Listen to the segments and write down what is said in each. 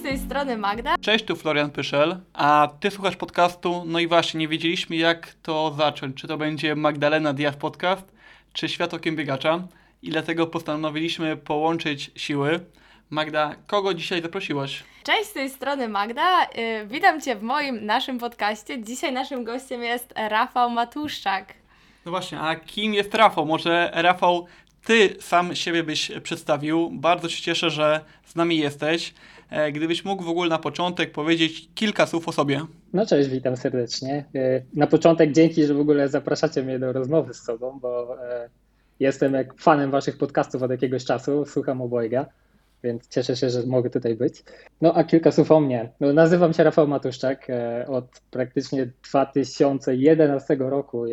tej strony Magda. Cześć, tu Florian Pyszel, a ty słuchasz podcastu, no i właśnie, nie wiedzieliśmy jak to zacząć, czy to będzie Magdalena Diaz Podcast, czy Świat okiem biegacza i dlatego postanowiliśmy połączyć siły. Magda, kogo dzisiaj zaprosiłaś? Cześć, z tej strony Magda. Witam Cię w naszym podcaście. Dzisiaj naszym gościem jest Rafał Matuszczak. No właśnie, a kim jest Rafał? Może Rafał, ty sam siebie byś przedstawił. Bardzo się cieszę, że z nami jesteś. Gdybyś mógł w ogóle na początek powiedzieć kilka słów o sobie. No cześć, witam serdecznie. Na początek dzięki, że w ogóle zapraszacie mnie do rozmowy z sobą, bo jestem jak fanem waszych podcastów od jakiegoś czasu, słucham obojga, więc cieszę się, że mogę tutaj być. No a kilka słów o mnie. No, nazywam się Rafał Matuszczak, od praktycznie 2011 roku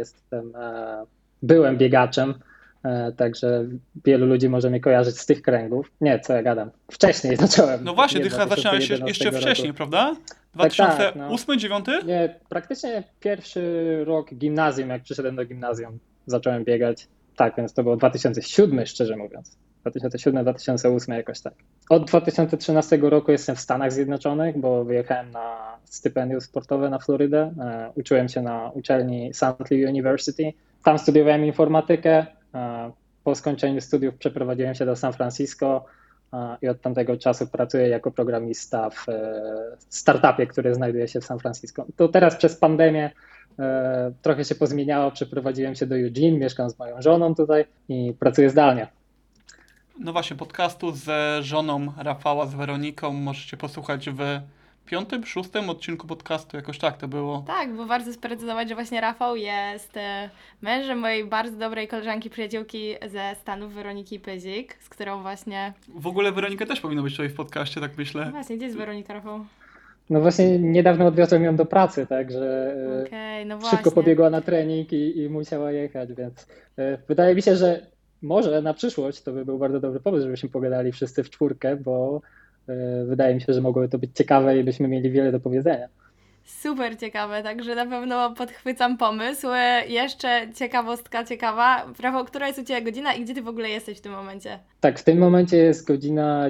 byłem biegaczem, także wielu ludzi może mnie kojarzyć z tych kręgów. Nie, co ja gadam. Wcześniej zacząłem. No właśnie, nie, ty chyba zaczynałeś 2011 jeszcze roku. wcześniej, prawda? Tak, 2008-2009? Nie, praktycznie pierwszy rok gimnazjum, jak przyszedłem do gimnazjum, zacząłem biegać. Tak, więc to było 2007, szczerze mówiąc. 2007-2008 jakoś tak. Od 2013 roku jestem w Stanach Zjednoczonych, bo wyjechałem na stypendium sportowe na Florydę. Uczyłem się na uczelni St. Louis University. Tam studiowałem informatykę. Po skończeniu studiów przeprowadziłem się do San Francisco i od tamtego czasu pracuję jako programista w startupie, który znajduje się w San Francisco. To teraz przez pandemię trochę się pozmieniało, przeprowadziłem się do Eugene, mieszkam z moją żoną tutaj i pracuję zdalnie. No właśnie, podcastu z żoną Rafała, z Weroniką możecie posłuchać w 5., 6. odcinku podcastu, jakoś tak to było. Tak, bo warto sprecyzować, że właśnie Rafał jest mężem mojej bardzo dobrej koleżanki, przyjaciółki ze Stanów, Weroniki Pyzik, z którą właśnie... W ogóle Weronika też powinna być tutaj w podcaście, tak myślę. No właśnie, gdzie jest Weronika, Rafał? No właśnie niedawno odwiozłem ją do pracy, także Okej, no właśnie. szybko pobiegła na trening i musiała jechać, więc wydaje mi się, że może na przyszłość to by był bardzo dobry pomysł, żebyśmy pogadali wszyscy w czwórkę, bo wydaje mi się, że mogłoby to być ciekawe i byśmy mieli wiele do powiedzenia. Super ciekawe, także na pewno podchwycam pomysł. Jeszcze ciekawostka ciekawa. Rafał, która jest u Ciebie godzina i gdzie Ty w ogóle jesteś w tym momencie? Tak, w tym momencie jest godzina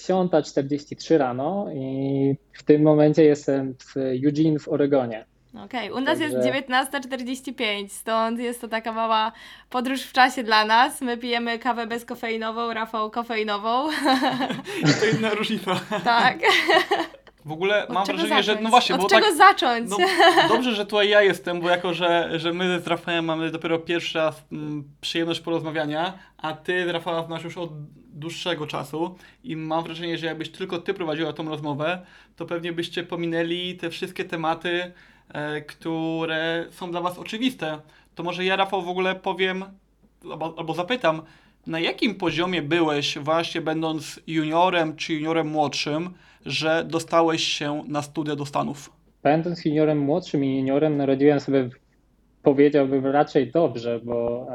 10:43 rano i w tym momencie jestem w Eugene w Oregonie. Okej, u nas jest Także- 19:45, stąd jest to taka mała podróż w czasie dla nas. My pijemy kawę bezkofeinową, Rafał kofeinową. To inna różnica. Tak. W ogóle Od mam czego wrażenie, że zacząć? no właśnie, Od bo czego tak... zacząć? No, dobrze, że tutaj ja jestem, bo jako, że my z Rafałem mamy dopiero pierwszy raz przyjemność porozmawiania, a ty z Rafała znasz już od dłuższego czasu i mam wrażenie, że jakbyś tylko ty prowadziła tą rozmowę, to pewnie byście pominęli te wszystkie tematy, które są dla was oczywiste. To może ja, Rafał, w ogóle powiem, albo zapytam, na jakim poziomie byłeś właśnie będąc juniorem czy juniorem młodszym, że dostałeś się na studia do Stanów? Będąc juniorem młodszym i juniorem, narodziłem sobie, powiedziałbym, raczej dobrze, bo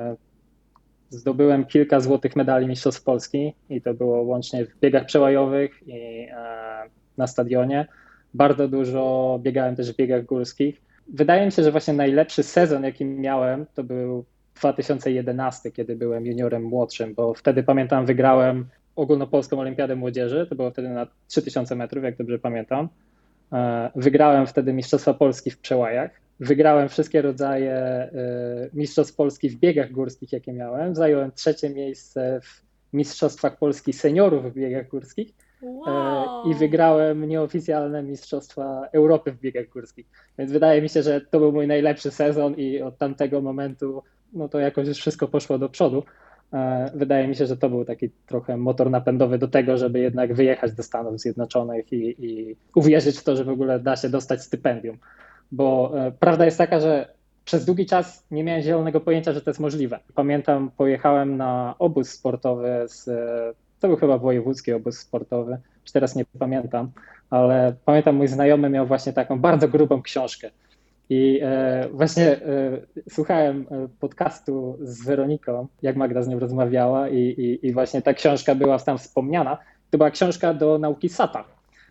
zdobyłem kilka złotych medali Mistrzostw Polski i to było łącznie w biegach przełajowych i na stadionie. Bardzo dużo biegałem też w biegach górskich. Wydaje mi się, że właśnie najlepszy sezon, jaki miałem, to był 2011, kiedy byłem juniorem młodszym, bo wtedy pamiętam, wygrałem ogólnopolską olimpiadę młodzieży, to było wtedy na 3000 metrów, jak dobrze pamiętam. Wygrałem wtedy Mistrzostwa Polski w przełajach. Wygrałem wszystkie rodzaje Mistrzostw Polski w biegach górskich, jakie miałem. Zająłem 3. miejsce w Mistrzostwach Polski seniorów w biegach górskich i wygrałem nieoficjalne Mistrzostwa Europy w biegach górskich. Więc wydaje mi się, że to był mój najlepszy sezon i od tamtego momentu no to jakoś już wszystko poszło do przodu. Wydaje mi się, że to był taki trochę motor napędowy do tego, żeby jednak wyjechać do Stanów Zjednoczonych i uwierzyć w to, że w ogóle da się dostać stypendium. Bo prawda jest taka, że przez długi czas nie miałem zielonego pojęcia, że to jest możliwe. Pamiętam, pojechałem na obóz sportowy, to był chyba wojewódzki obóz sportowy, już teraz nie pamiętam, ale pamiętam, mój znajomy miał właśnie taką bardzo grubą książkę. I właśnie słuchałem podcastu z Weroniką, jak Magda z nią rozmawiała i właśnie ta książka była tam wspomniana. To była książka do nauki SAT-a,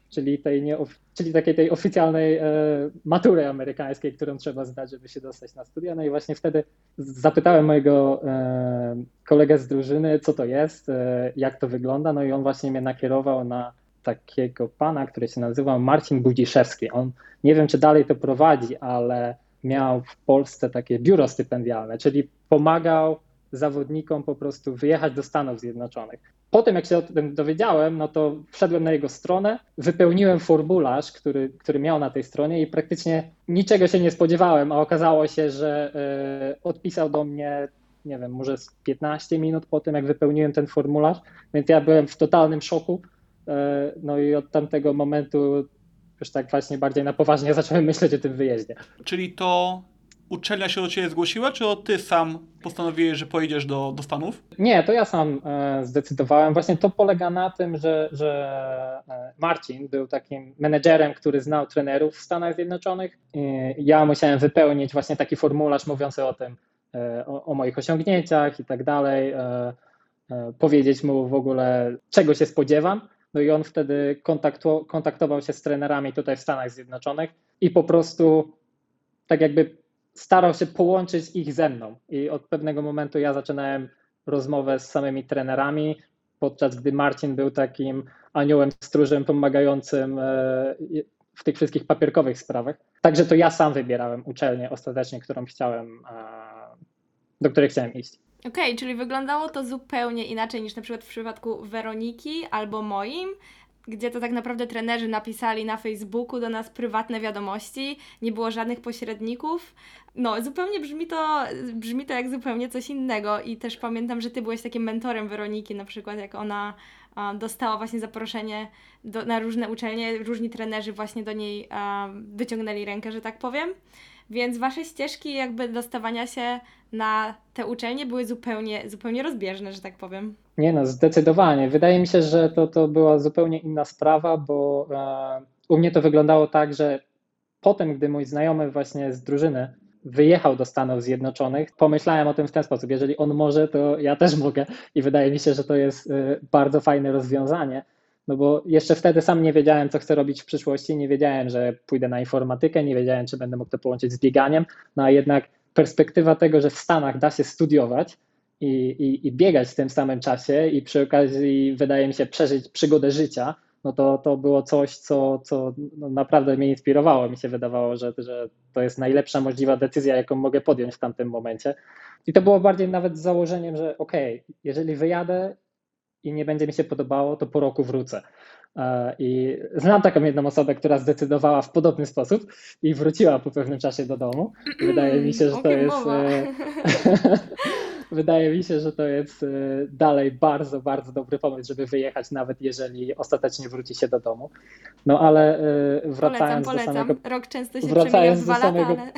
czyli takiej tej oficjalnej matury amerykańskiej, którą trzeba zdać, żeby się dostać na studia. No i właśnie wtedy zapytałem mojego kolegę z drużyny, co to jest, jak to wygląda, no i on właśnie mnie nakierował na takiego pana, który się nazywa Marcin Budziszewski. On, nie wiem czy dalej to prowadzi, ale miał w Polsce takie biuro stypendialne, czyli pomagał zawodnikom po prostu wyjechać do Stanów Zjednoczonych. Po tym, jak się o tym dowiedziałem, no to wszedłem na jego stronę, wypełniłem formularz, który miał na tej stronie i praktycznie niczego się nie spodziewałem, a okazało się, że odpisał do mnie, nie wiem, może z 15 minut po tym, jak wypełniłem ten formularz, więc ja byłem w totalnym szoku. No i od tamtego momentu już tak właśnie bardziej na poważnie zacząłem myśleć o tym wyjeździe. Czyli to uczelnia się do ciebie zgłosiła, czy to ty sam postanowiłeś, że pojedziesz do Stanów? Nie, to ja sam zdecydowałem. Właśnie to polega na tym, że Marcin był takim menedżerem, który znał trenerów w Stanach Zjednoczonych. Ja musiałem wypełnić właśnie taki formularz mówiący o tym, o moich osiągnięciach i tak dalej, powiedzieć mu w ogóle, czego się spodziewam. No i on wtedy kontaktował się z trenerami tutaj w Stanach Zjednoczonych i po prostu tak jakby starał się połączyć ich ze mną. I od pewnego momentu ja zaczynałem rozmowę z samymi trenerami, podczas gdy Marcin był takim aniołem stróżem pomagającym w tych wszystkich papierkowych sprawach. Także to ja sam wybierałem uczelnię ostatecznie, do której chciałem iść. Okej, czyli wyglądało to zupełnie inaczej niż na przykład w przypadku Weroniki albo moim, gdzie to tak naprawdę trenerzy napisali na Facebooku do nas prywatne wiadomości, nie było żadnych pośredników. No, zupełnie brzmi to jak zupełnie coś innego i też pamiętam, że ty byłeś takim mentorem Weroniki, na przykład jak ona dostała właśnie zaproszenie na różne uczelnie, różni trenerzy właśnie do niej wyciągnęli rękę, że tak powiem. Więc wasze ścieżki jakby dostawania się na te uczelnie były zupełnie rozbieżne, że tak powiem. Nie no, zdecydowanie. Wydaje mi się, że to była zupełnie inna sprawa, bo u mnie to wyglądało tak, że potem, gdy mój znajomy właśnie z drużyny wyjechał do Stanów Zjednoczonych, pomyślałem o tym w ten sposób, jeżeli on może, to ja też mogę i wydaje mi się, że to jest bardzo fajne rozwiązanie, no bo jeszcze wtedy sam nie wiedziałem, co chcę robić w przyszłości, nie wiedziałem, że pójdę na informatykę, nie wiedziałem, czy będę mógł to połączyć z bieganiem, no a jednak perspektywa tego, że w Stanach da się studiować i biegać w tym samym czasie i przy okazji wydaje mi się przeżyć przygodę życia, no to było coś, co no naprawdę mnie inspirowało. Mi się wydawało, że to jest najlepsza możliwa decyzja, jaką mogę podjąć w tamtym momencie. I to było bardziej nawet z założeniem, że okej, jeżeli wyjadę i nie będzie mi się podobało, to po roku wrócę. I znam taką jedną osobę, która zdecydowała w podobny sposób i wróciła po pewnym czasie do domu. I wydaje mi się, że to jest... Wydaje mi się, że to jest dalej bardzo, bardzo dobry pomysł, żeby wyjechać, nawet jeżeli ostatecznie wróci się do domu. No ale wracając Polecam. do samego... Rok często się przemija w 2 lata, ale...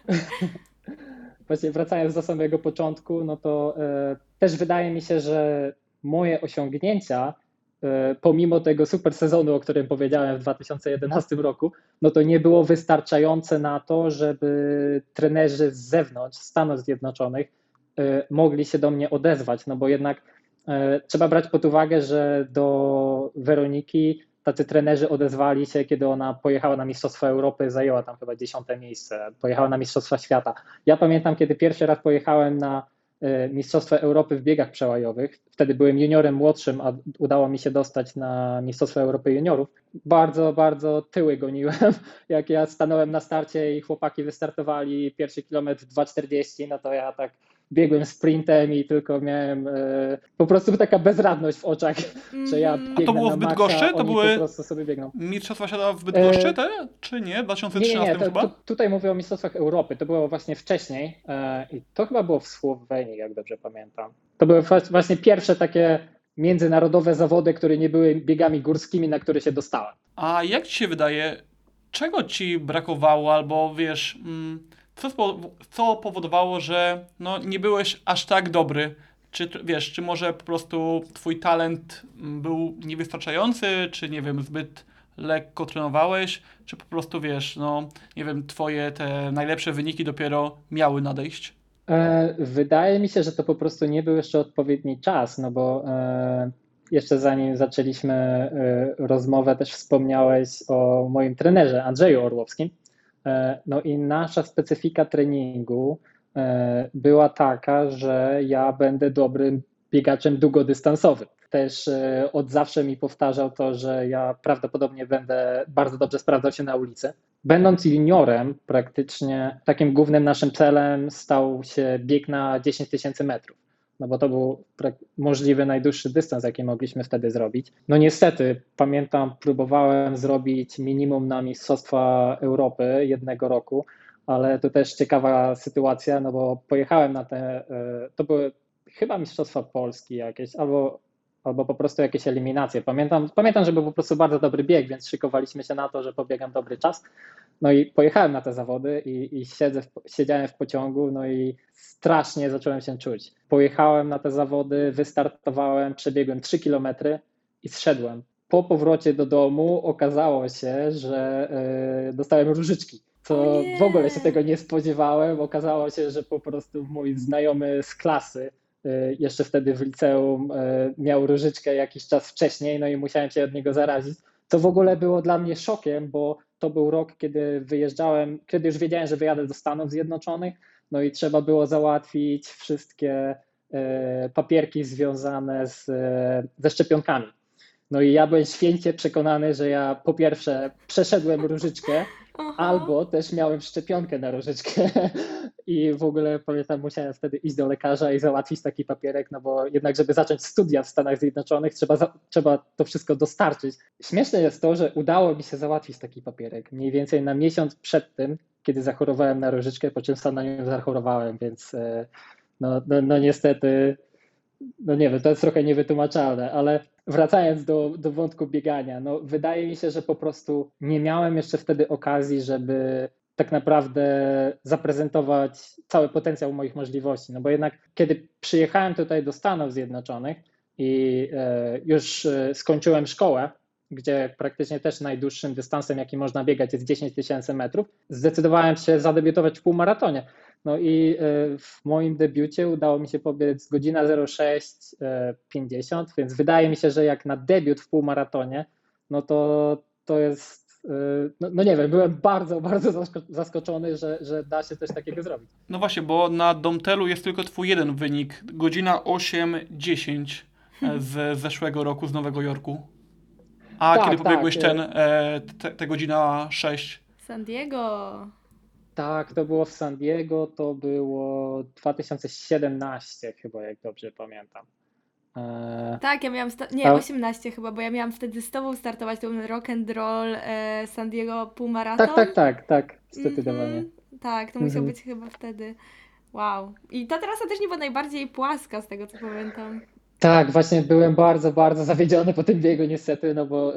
Właśnie wracając do samego początku, no to też wydaje mi się, że moje osiągnięcia, pomimo tego super sezonu, o którym powiedziałem w 2011 roku, no to nie było wystarczające na to, żeby trenerzy z zewnątrz, Stanów Zjednoczonych, mogli się do mnie odezwać, no bo jednak trzeba brać pod uwagę, że do Weroniki tacy trenerzy odezwali się, kiedy ona pojechała na Mistrzostwa Europy, zajęła tam chyba 10. miejsce, pojechała na Mistrzostwa Świata. Ja pamiętam, kiedy pierwszy raz pojechałem na Mistrzostwa Europy w biegach przełajowych, wtedy byłem juniorem młodszym, a udało mi się dostać na Mistrzostwa Europy juniorów. Bardzo, bardzo tyły goniłem, jak ja stanąłem na starcie i chłopaki wystartowali pierwszy kilometr w 2:40, no to ja tak biegłem sprintem i tylko miałem po prostu taka bezradność w oczach, że ja biegnę. A to było w Bydgoszczy? To były po prostu sobie biegną. Mistrzostwa Świata w Bydgoszczy czy nie? W 2013 nie, chyba? Tutaj mówię o Mistrzostwach Europy, to było właśnie wcześniej i to chyba było w Słowenii, jak dobrze pamiętam. To były właśnie pierwsze takie międzynarodowe zawody, które nie były biegami górskimi, na które się dostałem. A jak ci się wydaje, czego ci brakowało, albo wiesz, co powodowało, że no, nie byłeś aż tak dobry? Czy wiesz, czy może po prostu twój talent był niewystarczający, czy nie wiem, zbyt lekko trenowałeś, czy po prostu wiesz, no nie wiem, twoje te najlepsze wyniki dopiero miały nadejść? Wydaje mi się, że to po prostu nie był jeszcze odpowiedni czas, no bo jeszcze zanim zaczęliśmy rozmowę, też wspomniałeś o moim trenerze Andrzeju Orłowskim. No i nasza specyfika treningu była taka, że ja będę dobrym biegaczem długodystansowym. Też od zawsze mi powtarzał to, że ja prawdopodobnie będę bardzo dobrze sprawdzał się na ulicy. Będąc juniorem, praktycznie takim głównym naszym celem stał się bieg na 10 tysięcy metrów. No bo to był możliwy najdłuższy dystans, jaki mogliśmy wtedy zrobić. No niestety, pamiętam, próbowałem zrobić minimum na Mistrzostwa Europy jednego roku, ale to też ciekawa sytuacja, no bo pojechałem na to były chyba Mistrzostwa Polski jakieś, albo po prostu jakieś eliminacje. Pamiętam, że był po prostu bardzo dobry bieg, więc szykowaliśmy się na to, że pobiegam dobry czas. No i pojechałem na te zawody i siedziałem w pociągu, no i strasznie zacząłem się czuć. Pojechałem na te zawody, wystartowałem, przebiegłem 3 kilometry i zszedłem. Po powrocie do domu okazało się, że dostałem różyczki. Co w ogóle się tego nie spodziewałem. Okazało się, że po prostu mój znajomy z klasy, jeszcze wtedy w liceum, miał różyczkę jakiś czas wcześniej, no i musiałem się od niego zarazić. To w ogóle było dla mnie szokiem, bo to był rok, kiedy wyjeżdżałem, kiedy już wiedziałem, że wyjadę do Stanów Zjednoczonych, no i trzeba było załatwić wszystkie papierki związane ze szczepionkami. No i ja byłem święcie przekonany, że ja po pierwsze przeszedłem różyczkę, albo też miałem szczepionkę na różyczkę i w ogóle pamiętam, musiałem wtedy iść do lekarza i załatwić taki papierek, no bo jednak, żeby zacząć studia w Stanach Zjednoczonych, trzeba to wszystko dostarczyć. Śmieszne jest to, że udało mi się załatwić taki papierek mniej więcej na miesiąc przed tym, kiedy zachorowałem na różyczkę, po czym sam na nią zachorowałem, więc no niestety, no nie wiem, to jest trochę niewytłumaczalne, ale wracając do wątku biegania, no wydaje mi się, że po prostu nie miałem jeszcze wtedy okazji, żeby tak naprawdę zaprezentować cały potencjał moich możliwości, no bo jednak kiedy przyjechałem tutaj do Stanów Zjednoczonych i już skończyłem szkołę, gdzie praktycznie też najdłuższym dystansem, jaki można biegać, jest 10 tysięcy metrów, zdecydowałem się zadebiutować w półmaratonie. No i w moim debiucie udało mi się pobiec godzina 06:50, więc wydaje mi się, że jak na debiut w półmaratonie, no to jest, no nie wiem, byłem bardzo, bardzo zaskoczony, że da się coś takiego zrobić. No właśnie, bo na Domtelu jest tylko twój jeden wynik, godzina 8:10 z zeszłego roku, z Nowego Jorku. A Tak, kiedy pobiegłeś tak. te godzina 6? San Diego. Tak, to było w San Diego, to było 2017 chyba, jak dobrze pamiętam. Tak, ja miałam, nie, 18 chyba, bo ja miałam wtedy z tobą startować ten rock and roll San Diego półmaraton. Tak, zdecydowanie. Tak, to musiał być chyba wtedy. Wow. I ta trasa też nie była najbardziej płaska, z tego co pamiętam. Tak, właśnie byłem bardzo, bardzo zawiedziony po tym biegu niestety, no bo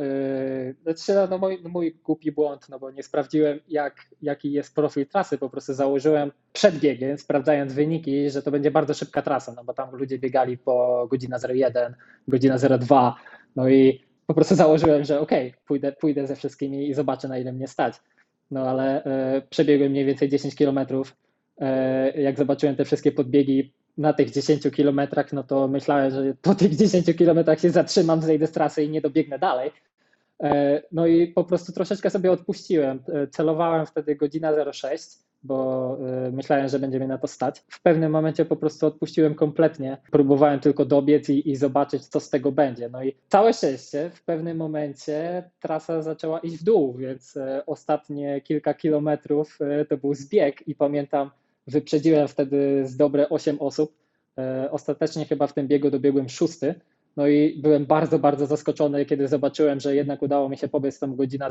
mój głupi błąd, no bo nie sprawdziłem jaki jest profil trasy, po prostu założyłem przed biegiem, sprawdzając wyniki, że to będzie bardzo szybka trasa, no bo tam ludzie biegali po godzina 01, godzina 02, no i po prostu założyłem, że okej, pójdę ze wszystkimi i zobaczę, na ile mnie stać. No ale przebiegłem mniej więcej 10 kilometrów, jak zobaczyłem te wszystkie podbiegi na tych 10 kilometrach, no to myślałem, że po tych 10 kilometrach się zatrzymam, zejdę z trasy i nie dobiegnę dalej. No i po prostu troszeczkę sobie odpuściłem. Celowałem wtedy godzina 06, bo myślałem, że będzie mnie na to stać. W pewnym momencie po prostu odpuściłem kompletnie. Próbowałem tylko dobiec i zobaczyć, co z tego będzie. No i całe szczęście, w pewnym momencie trasa zaczęła iść w dół, więc ostatnie kilka kilometrów to był zbieg i pamiętam, wyprzedziłem wtedy z dobre 8 osób. Ostatecznie chyba w tym biegu dobiegłem 6. No i byłem bardzo, bardzo zaskoczony, kiedy zobaczyłem, że jednak udało mi się pobiec tą godzina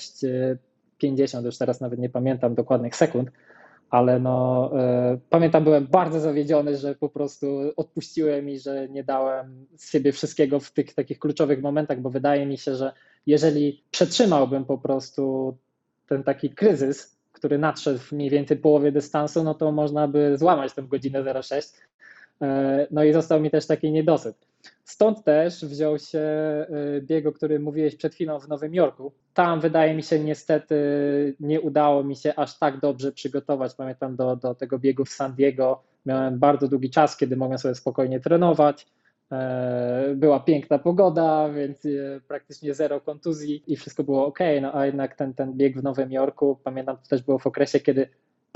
06:50, już teraz nawet nie pamiętam dokładnych sekund, ale no pamiętam, byłem bardzo zawiedziony, że po prostu odpuściłem i że nie dałem z siebie wszystkiego w tych takich kluczowych momentach, bo wydaje mi się, że jeżeli przetrzymałbym po prostu ten taki kryzys, który nadszedł w mniej więcej połowie dystansu, no to można by złamać tę godzinę 06. No i został mi też taki niedosyt. Stąd też wziął się bieg, o którym mówiłeś przed chwilą w Nowym Jorku. Tam wydaje mi się niestety nie udało mi się aż tak dobrze przygotować. Pamiętam do tego biegu w San Diego miałem bardzo długi czas, kiedy mogłem sobie spokojnie trenować. Była piękna pogoda, więc praktycznie zero kontuzji i wszystko było ok. No a jednak ten bieg w Nowym Jorku, pamiętam, to też było w okresie, kiedy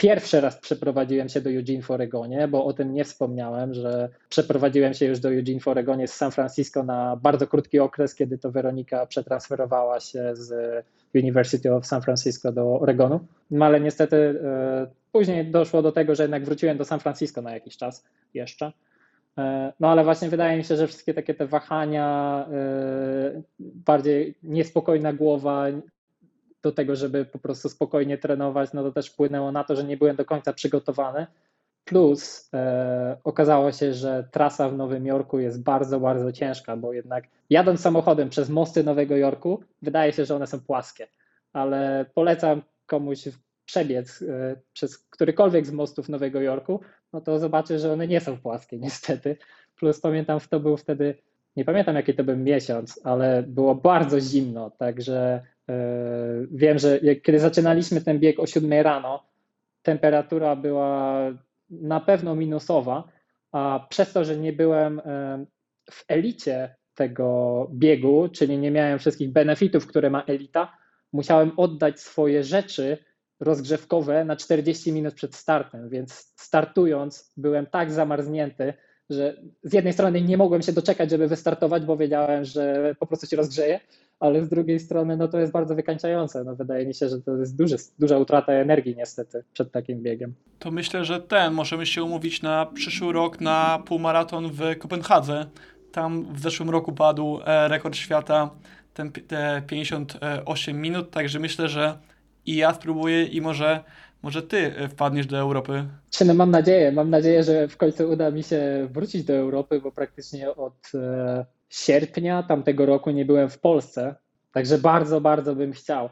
pierwszy raz przeprowadziłem się do Eugene w Oregonie, bo o tym nie wspomniałem, że przeprowadziłem się już do Eugene w Oregonie z San Francisco na bardzo krótki okres, kiedy to Weronika przetransferowała się z University of San Francisco do Oregonu. No ale niestety później doszło do tego, że jednak wróciłem do San Francisco na jakiś czas jeszcze. No ale właśnie wydaje mi się, że wszystkie takie te wahania, bardziej niespokojna głowa do tego, żeby po prostu spokojnie trenować, no to też wpłynęło na to, że nie byłem do końca przygotowany. Plus okazało się, że trasa w Nowym Jorku jest bardzo, bardzo ciężka, bo jednak jadąc samochodem przez mosty Nowego Jorku, wydaje się, że one są płaskie, ale polecam komuś przebiec przez którykolwiek z mostów Nowego Jorku, no to zobaczy, że one nie są płaskie niestety. Plus pamiętam, to był wtedy, nie pamiętam jaki to był miesiąc, ale było bardzo zimno, także wiem, że kiedy zaczynaliśmy ten bieg o 7 rano, temperatura była na pewno minusowa, a przez to, że nie byłem w elicie tego biegu, czyli nie miałem wszystkich benefitów, które ma elita, musiałem oddać swoje rzeczy rozgrzewkowe na 40 minut przed startem, więc startując byłem tak zamarznięty, że z jednej strony nie mogłem się doczekać, żeby wystartować, bo wiedziałem, że po prostu się rozgrzeję, ale z drugiej strony no to jest bardzo wykańczające. No wydaje mi się, że to jest duża utrata energii niestety przed takim biegiem. To myślę, że możemy się umówić na przyszły rok na półmaraton w Kopenhadze. Tam w zeszłym roku padł rekord świata, te 58 minut, także myślę, że i ja spróbuję i może ty wpadniesz do Europy. No mam nadzieję, że w końcu uda mi się wrócić do Europy, bo praktycznie od sierpnia tamtego roku nie byłem w Polsce, także bardzo, bardzo bym chciał.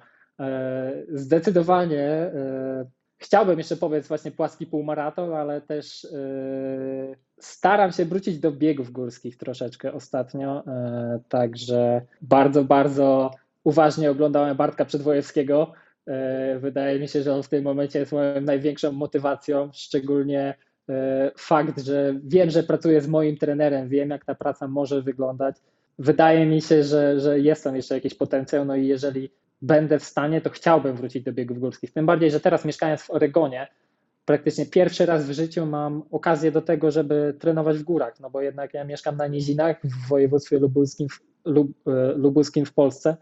Zdecydowanie chciałbym jeszcze pobiec właśnie płaski półmaraton, ale też staram się wrócić do biegów górskich troszeczkę ostatnio, także bardzo, bardzo uważnie oglądałem Bartka Przedwojewskiego. Wydaje mi się, że on w tym momencie jest moją największą motywacją, szczególnie fakt, że wiem, że pracuję z moim trenerem, wiem jak ta praca może wyglądać. Wydaje mi się, że jest tam jeszcze jakiś potencjał, no i jeżeli będę w stanie, to chciałbym wrócić do biegów górskich. Tym bardziej, że teraz mieszkając w Oregonie, praktycznie pierwszy raz w życiu mam okazję do tego, żeby trenować w górach, no bo jednak ja mieszkam na nizinach w województwie lubuskim w Polsce.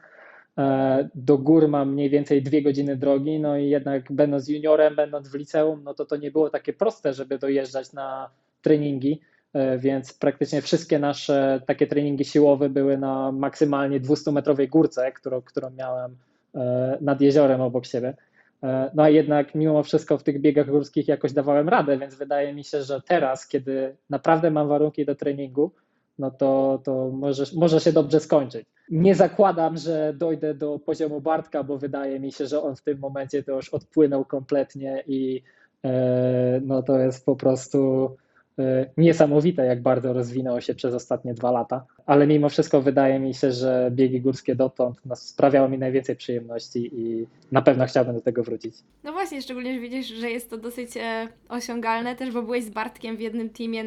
Do gór mam mniej więcej 2 godziny drogi, no i jednak będąc juniorem, będąc w liceum, no to nie było takie proste, żeby dojeżdżać na treningi, więc praktycznie wszystkie nasze takie treningi siłowe były na maksymalnie 200-metrowej górce, którą miałem nad jeziorem obok siebie. No a jednak mimo wszystko w tych biegach górskich jakoś dawałem radę, więc wydaje mi się, że teraz, kiedy naprawdę mam warunki do treningu, no to może się dobrze skończyć. Nie zakładam, że dojdę do poziomu Bartka, bo wydaje mi się, że on w tym momencie to już odpłynął kompletnie i no to jest po prostu niesamowite, jak bardzo rozwinął się przez ostatnie 2 lata, ale mimo wszystko wydaje mi się, że biegi górskie dotąd sprawiały mi najwięcej przyjemności i na pewno chciałbym do tego wrócić. No właśnie, szczególnie, że widzisz, że jest to dosyć osiągalne też, bo byłeś z Bartkiem w jednym teamie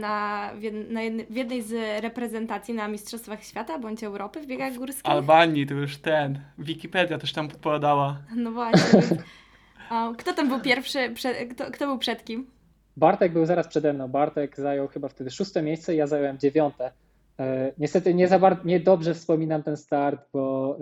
w jednej z reprezentacji na Mistrzostwach Świata bądź Europy w biegach górskich. Albanii, to już Wikipedia też tam podpowiadała. No właśnie, więc, kto tam był pierwszy, kto był przed kim? Bartek był zaraz przede mną. Bartek zajął chyba wtedy 6. miejsce, ja zająłem 9. Niestety nie dobrze wspominam ten start, bo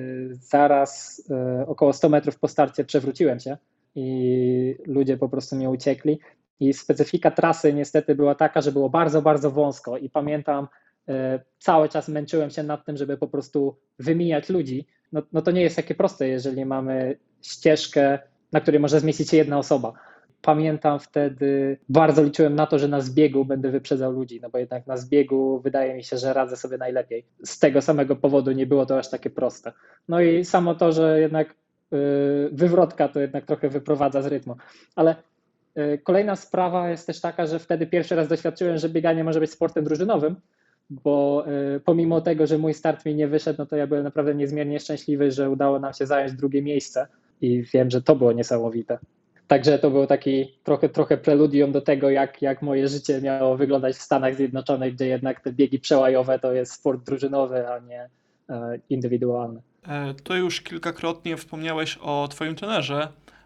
zaraz około 100 metrów po starcie przewróciłem się i ludzie po prostu mnie uciekli. I specyfika trasy niestety była taka, że było bardzo, bardzo wąsko i pamiętam, cały czas męczyłem się nad tym, żeby po prostu wymijać ludzi. No to nie jest takie proste, jeżeli mamy ścieżkę, na której może zmieścić się jedna osoba. Pamiętam wtedy, bardzo liczyłem na to, że na zbiegu będę wyprzedzał ludzi, no bo jednak na zbiegu wydaje mi się, że radzę sobie najlepiej. Z tego samego powodu nie było to aż takie proste. No i samo to, że jednak wywrotka to jednak trochę wyprowadza z rytmu. Ale kolejna sprawa jest też taka, że wtedy pierwszy raz doświadczyłem, że bieganie może być sportem drużynowym, bo pomimo tego, że mój start mi nie wyszedł, no to ja byłem naprawdę niezmiernie szczęśliwy, że udało nam się zająć 2. miejsce i wiem, że to było niesamowite. Także to był taki trochę preludium do tego, jak moje życie miało wyglądać w Stanach Zjednoczonych, gdzie jednak te biegi przełajowe to jest sport drużynowy, a nie indywidualny. To już kilkakrotnie wspomniałeś o twoim trenerze.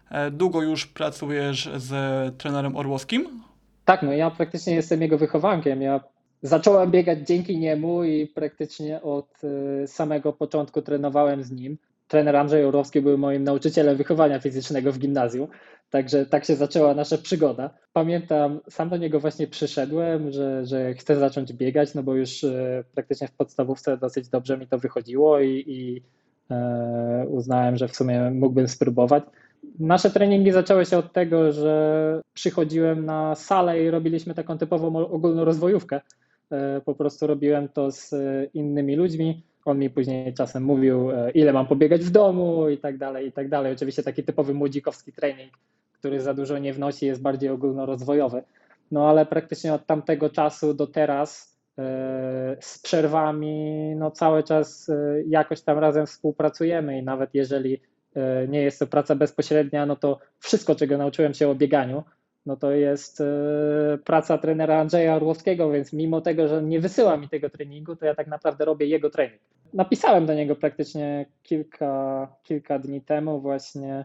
Długo już pracujesz z trenerem Orłowskim? Tak, no ja praktycznie jestem jego wychowankiem. Ja zacząłem biegać dzięki niemu i praktycznie od samego początku trenowałem z nim. Trener Andrzej Orłowski był moim nauczycielem wychowania fizycznego w gimnazjum, także tak się zaczęła nasza przygoda. Pamiętam, sam do niego właśnie przyszedłem, że chcę zacząć biegać, no bo już praktycznie w podstawówce dosyć dobrze mi to wychodziło i uznałem, że w sumie mógłbym spróbować. Nasze treningi zaczęły się od tego, że przychodziłem na salę i robiliśmy taką typową ogólnorozwojówkę. Po prostu robiłem to z innymi ludźmi. On mi później czasem mówił, ile mam pobiegać w domu i tak dalej, i tak dalej. Oczywiście taki typowy młodzikowski trening, który za dużo nie wnosi, jest bardziej ogólnorozwojowy. No ale praktycznie od tamtego czasu do teraz z przerwami no cały czas jakoś tam razem współpracujemy i nawet jeżeli nie jest to praca bezpośrednia, no to wszystko, czego nauczyłem się o bieganiu, no to jest praca trenera Andrzeja Orłowskiego, więc mimo tego, że nie wysyła mi tego treningu, to ja tak naprawdę robię jego trening. Napisałem do niego praktycznie kilka dni temu właśnie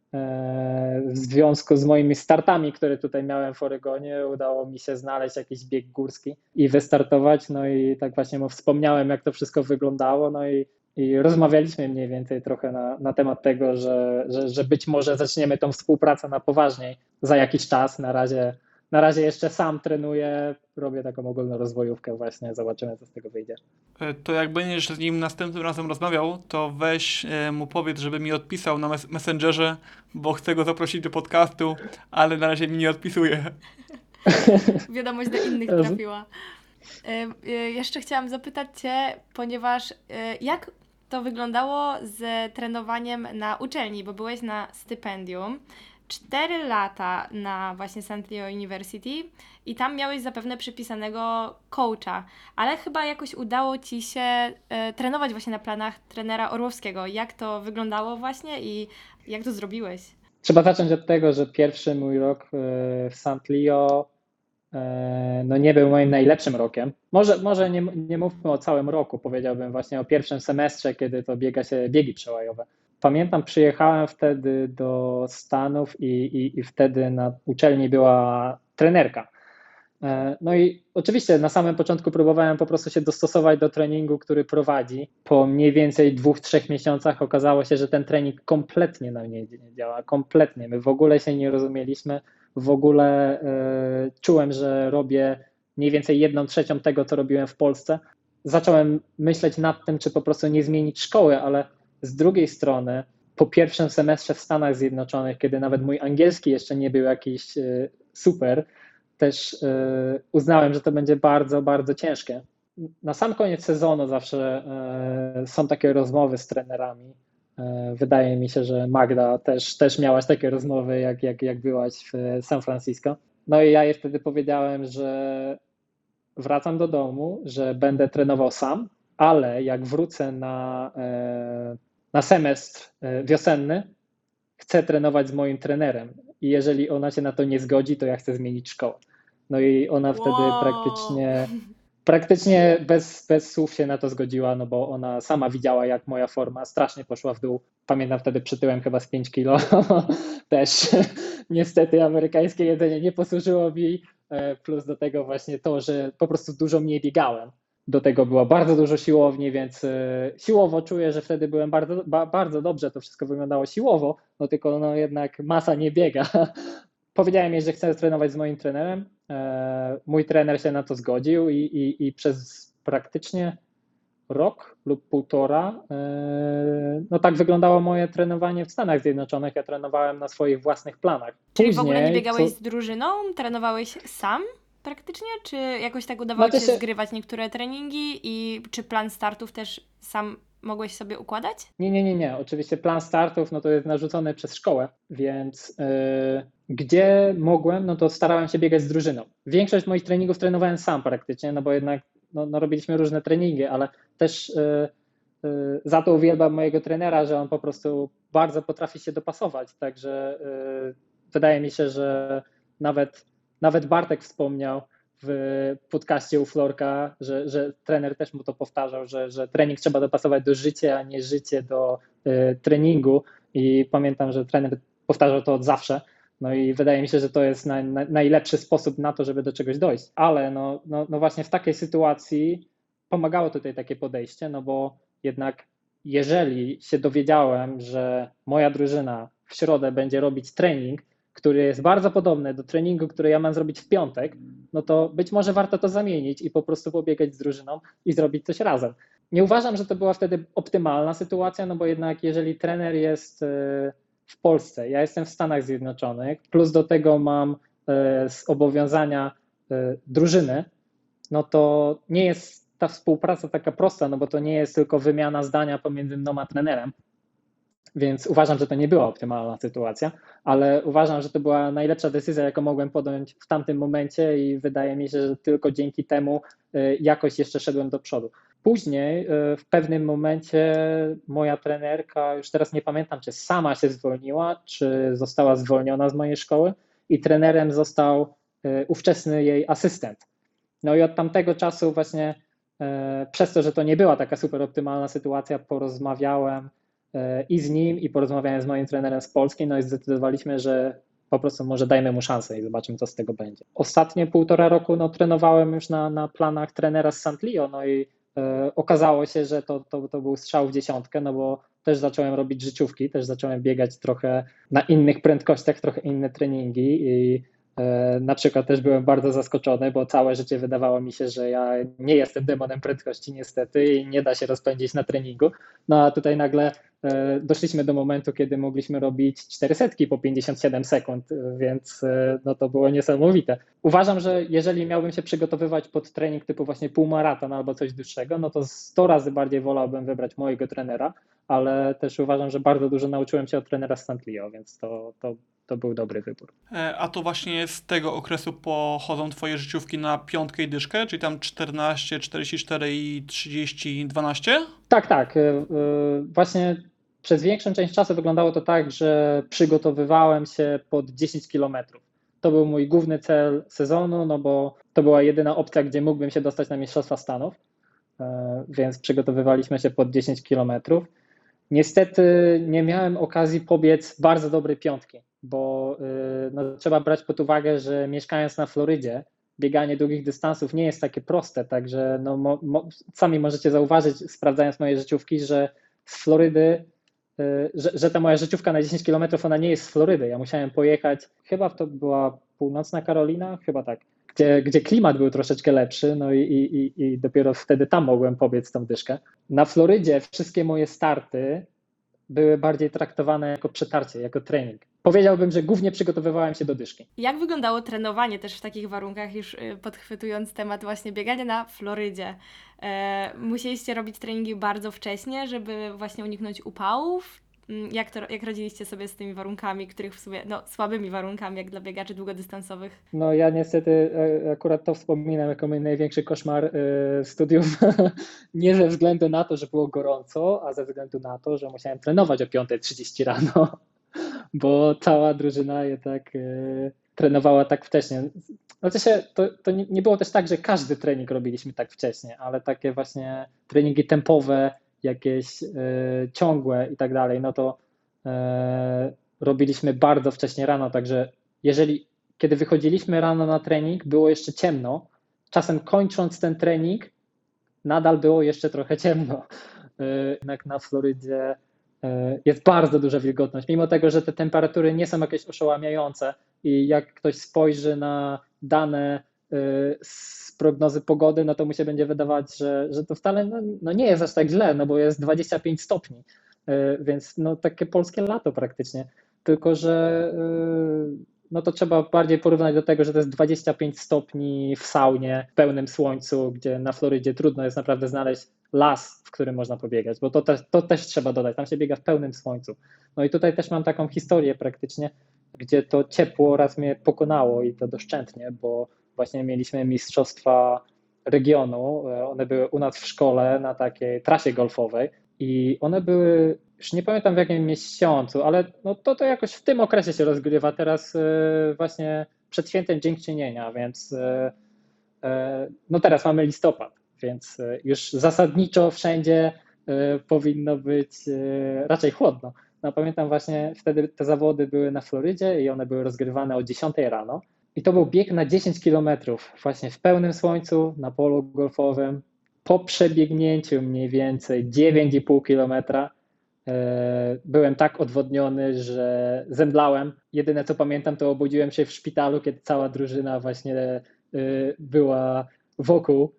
w związku z moimi startami, które tutaj miałem w Oregonie, udało mi się znaleźć jakiś bieg górski i wystartować, no i tak właśnie mu wspomniałem, jak to wszystko wyglądało, no i rozmawialiśmy mniej więcej trochę na temat tego, że być może zaczniemy tą współpracę na poważniej za jakiś czas. Na razie jeszcze sam trenuję, robię taką ogólnorozwojówkę właśnie, zobaczymy, co z tego wyjdzie. To jak będziesz z nim następnym razem rozmawiał, to weź mu powiedz, żeby mi odpisał na Messengerze, bo chcę go zaprosić do podcastu, ale na razie mi nie odpisuje. Wiadomość do innych trafiła. Jeszcze chciałam zapytać Cię, ponieważ jak to wyglądało z trenowaniem na uczelni, bo byłeś na stypendium, 4 lata na właśnie St. Leo University i tam miałeś zapewne przypisanego coacha, ale chyba jakoś udało Ci się trenować właśnie na planach trenera Orłowskiego. Jak to wyglądało właśnie i jak to zrobiłeś? Trzeba zacząć od tego, że pierwszy mój rok w St. Leo no nie był moim najlepszym rokiem. Może nie mówmy o całym roku, powiedziałbym właśnie o pierwszym semestrze, kiedy to biega się biegi przełajowe. Pamiętam, przyjechałem wtedy do Stanów i wtedy na uczelni była trenerka. No i oczywiście na samym początku próbowałem po prostu się dostosować do treningu, który prowadzi. Po mniej więcej 2-3 miesiącach okazało się, że ten trening kompletnie na mnie nie działa, kompletnie. My w ogóle się nie rozumieliśmy, w ogóle czułem, że robię mniej więcej 1/3 tego, co robiłem w Polsce. Zacząłem myśleć nad tym, czy po prostu nie zmienić szkoły, ale z drugiej strony po pierwszym semestrze w Stanach Zjednoczonych, kiedy nawet mój angielski jeszcze nie był jakiś super, też uznałem, że to będzie bardzo, bardzo ciężkie. Na sam koniec sezonu zawsze są takie rozmowy z trenerami. Wydaje mi się, że Magda też miałaś takie rozmowy, jak byłaś w San Francisco. No i ja jej wtedy powiedziałem, że wracam do domu, że będę trenował sam, ale jak wrócę na semestr wiosenny, chcę trenować z moim trenerem i jeżeli ona się na to nie zgodzi, to ja chcę zmienić szkołę. No i ona wtedy praktycznie bez słów się na to zgodziła, no bo ona sama widziała, jak moja forma strasznie poszła w dół. Pamiętam, wtedy przytyłem chyba z 5 kilo. Też niestety amerykańskie jedzenie nie posłużyło mi, plus do tego właśnie to, że po prostu dużo mniej biegałem. Do tego było bardzo dużo siłowni, więc siłowo czuję, że wtedy byłem bardzo dobrze, to wszystko wyglądało siłowo, no tylko no jednak masa nie biega. Powiedziałem jej, że chcę trenować z moim trenerem. Mój trener się na to zgodził i przez praktycznie rok lub półtora no tak wyglądało moje trenowanie w Stanach Zjednoczonych. Ja trenowałem na swoich własnych planach. Czyli w ogóle nie biegałeś z drużyną? Trenowałeś sam praktycznie? Czy jakoś tak udawało Ci się zgrywać niektóre treningi i czy plan startów też sam mogłeś sobie układać? Nie. Oczywiście plan startów no to jest narzucony przez szkołę, więc gdzie mogłem, no to starałem się biegać z drużyną. Większość moich treningów trenowałem sam praktycznie, no bo jednak no robiliśmy różne treningi, ale też za to uwielbiam mojego trenera, że on po prostu bardzo potrafi się dopasować, także wydaje mi się, że nawet Bartek wspomniał w podcaście u Florka, że trener też mu to powtarzał, że trening trzeba dopasować do życia, a nie życie do treningu i pamiętam, że trener powtarzał to od zawsze. No i wydaje mi się, że to jest najlepszy sposób na to, żeby do czegoś dojść. Ale no właśnie w takiej sytuacji pomagało tutaj takie podejście, no bo jednak jeżeli się dowiedziałem, że moja drużyna w środę będzie robić trening, który jest bardzo podobny do treningu, który ja mam zrobić w piątek, no to być może warto to zamienić i po prostu pobiegać z drużyną i zrobić coś razem. Nie uważam, że to była wtedy optymalna sytuacja, no bo jednak jeżeli trener jest w Polsce, ja jestem w Stanach Zjednoczonych, plus do tego mam zobowiązania drużyny, no to nie jest ta współpraca taka prosta, no bo to nie jest tylko wymiana zdania pomiędzy mną a trenerem, więc uważam, że to nie była optymalna sytuacja, ale uważam, że to była najlepsza decyzja, jaką mogłem podjąć w tamtym momencie i wydaje mi się, że tylko dzięki temu jakoś jeszcze szedłem do przodu. Później w pewnym momencie moja trenerka, już teraz nie pamiętam, czy sama się zwolniła, czy została zwolniona z mojej szkoły i trenerem został ówczesny jej asystent. No i od tamtego czasu właśnie przez to, że to nie była taka super optymalna sytuacja, porozmawiałem i z nim, i porozmawiałem z moim trenerem z Polski, no i zdecydowaliśmy, że po prostu może dajmy mu szansę i zobaczymy, co z tego będzie. Ostatnie 1,5 roku no, trenowałem już na planach trenera z Santlio, no i okazało się, że to był strzał w dziesiątkę, no bo też zacząłem robić życiówki, też zacząłem biegać trochę na innych prędkościach, trochę inne treningi i na przykład też byłem bardzo zaskoczony, bo całe życie wydawało mi się, że ja nie jestem demonem prędkości niestety i nie da się rozpędzić na treningu. No a tutaj nagle doszliśmy do momentu, kiedy mogliśmy robić 400 po 57 sekund, więc no to było niesamowite. Uważam, że jeżeli miałbym się przygotowywać pod trening typu właśnie półmaraton albo coś dłuższego, no to 100 razy bardziej wolałbym wybrać mojego trenera, ale też uważam, że bardzo dużo nauczyłem się od trenera z Santlio, więc to był dobry wybór. A to właśnie z tego okresu pochodzą twoje życiówki na piątkę i dyszkę, czyli tam 14, 44 i 30, 12? Tak. Właśnie przez większą część czasu wyglądało to tak, że przygotowywałem się pod 10 kilometrów. To był mój główny cel sezonu, no bo to była jedyna opcja, gdzie mógłbym się dostać na Mistrzostwa Stanów, więc przygotowywaliśmy się pod 10 kilometrów. Niestety nie miałem okazji pobiec bardzo dobrej piątki, bo no, trzeba brać pod uwagę, że mieszkając na Florydzie, bieganie długich dystansów nie jest takie proste, także no, sami możecie zauważyć, sprawdzając moje życiówki, że z Florydy, że ta moja życiówka na 10 km, ona nie jest z Florydy. Ja musiałem pojechać, chyba to była Północna Karolina, chyba tak, gdzie klimat był troszeczkę lepszy, no i dopiero wtedy tam mogłem pobiec tą dyszkę. Na Florydzie wszystkie moje starty były bardziej traktowane jako przetarcie, jako trening. Powiedziałbym, że głównie przygotowywałem się do dyszki. Jak wyglądało trenowanie też w takich warunkach, już podchwytując temat właśnie biegania na Florydzie? Musieliście robić treningi bardzo wcześnie, żeby właśnie uniknąć upałów? Jak radziliście sobie z tymi warunkami, których w sumie, no słabymi warunkami, jak dla biegaczy długodystansowych? No ja niestety akurat to wspominam jako mój największy koszmar studiów. Nie ze względu na to, że było gorąco, a ze względu na to, że musiałem trenować o 5:30 rano, bo cała drużyna jednak trenowała tak wcześnie. Znaczy to nie było też tak, że każdy trening robiliśmy tak wcześnie, ale takie właśnie treningi tempowe, jakieś ciągłe i tak dalej, no to robiliśmy bardzo wcześnie rano, także kiedy wychodziliśmy rano na trening, było jeszcze ciemno, czasem kończąc ten trening, nadal było jeszcze trochę ciemno. Jednak na Florydzie jest bardzo duża wilgotność, mimo tego, że te temperatury nie są jakieś oszałamiające i jak ktoś spojrzy na dane z prognozy pogody, no to mu się będzie wydawać, że to wcale no nie jest aż tak źle, no bo jest 25 stopni, więc no takie polskie lato praktycznie, tylko że no to trzeba bardziej porównać do tego, że to jest 25 stopni w saunie, w pełnym słońcu, gdzie na Florydzie trudno jest naprawdę znaleźć las, w którym można pobiegać, bo to też trzeba dodać, tam się biega w pełnym słońcu. No i tutaj też mam taką historię praktycznie, gdzie to ciepło raz mnie pokonało i to doszczętnie, bo właśnie mieliśmy mistrzostwa regionu, one były u nas w szkole na takiej trasie golfowej i one były, już nie pamiętam w jakim miesiącu, ale no to jakoś w tym okresie się rozgrywa, teraz właśnie przed świętem Dziękczynienia, więc no teraz mamy listopad, więc już zasadniczo wszędzie powinno być raczej chłodno. No pamiętam właśnie wtedy te zawody były na Florydzie i one były rozgrywane o 10 rano. I to był bieg na 10 kilometrów, właśnie w pełnym słońcu, na polu golfowym. Po przebiegnięciu mniej więcej 9,5 kilometra byłem tak odwodniony, że zemdlałem. Jedyne co pamiętam, to obudziłem się w szpitalu, kiedy cała drużyna właśnie była wokół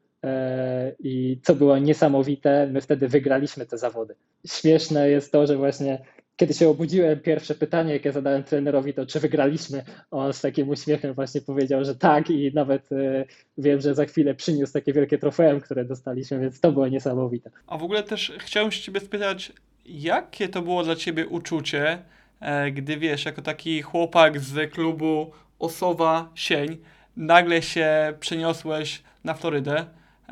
i co było niesamowite, my wtedy wygraliśmy te zawody. Śmieszne jest to, że właśnie kiedy się obudziłem, pierwsze pytanie, jakie zadałem trenerowi, to czy wygraliśmy. On z takim uśmiechem właśnie powiedział, że tak i nawet wiem, że za chwilę przyniósł takie wielkie trofeum, które dostaliśmy, więc to było niesamowite. A w ogóle też chciałem się ciebie spytać, jakie to było dla ciebie uczucie, gdy wiesz, jako taki chłopak z klubu Osowa-Sień, nagle się przeniosłeś na Florydę.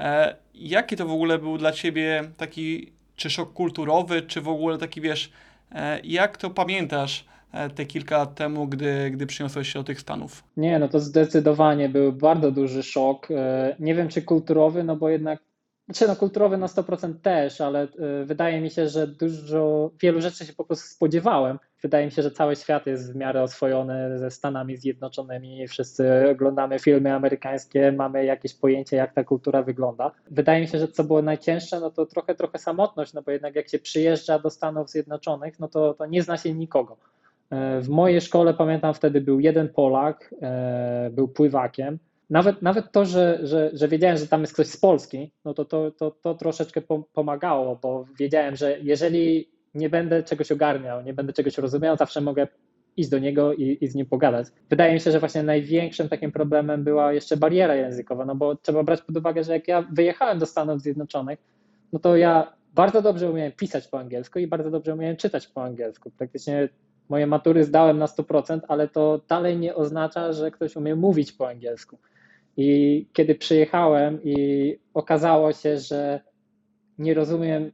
Jaki to w ogóle był dla ciebie taki, czy szok kulturowy, czy w ogóle taki, wiesz, jak to pamiętasz te kilka lat temu, gdy przeniosłeś się do tych Stanów? Nie, no to zdecydowanie był bardzo duży szok. Nie wiem, czy kulturowy, no bo jednak, znaczy no kulturowy na 100% też, ale wydaje mi się, że wielu rzeczy się po prostu spodziewałem. Wydaje mi się, że cały świat jest w miarę oswojony ze Stanami Zjednoczonymi. Wszyscy oglądamy filmy amerykańskie, mamy jakieś pojęcie, jak ta kultura wygląda. Wydaje mi się, że co było najcięższe, no to trochę samotność, no bo jednak jak się przyjeżdża do Stanów Zjednoczonych, no to nie zna się nikogo. W mojej szkole pamiętam wtedy był jeden Polak, był pływakiem. Nawet to, że wiedziałem, że tam jest ktoś z Polski, no to troszeczkę pomagało, bo wiedziałem, że jeżeli nie będę czegoś ogarniał, nie będę czegoś rozumiał, zawsze mogę iść do niego i z nim pogadać. Wydaje mi się, że właśnie największym takim problemem była jeszcze bariera językowa, no bo trzeba brać pod uwagę, że jak ja wyjechałem do Stanów Zjednoczonych, no to ja bardzo dobrze umiałem pisać po angielsku i bardzo dobrze umiałem czytać po angielsku. Praktycznie moje matury zdałem na 100%, ale to dalej nie oznacza, że ktoś umie mówić po angielsku. I kiedy przyjechałem i okazało się, że nie rozumiem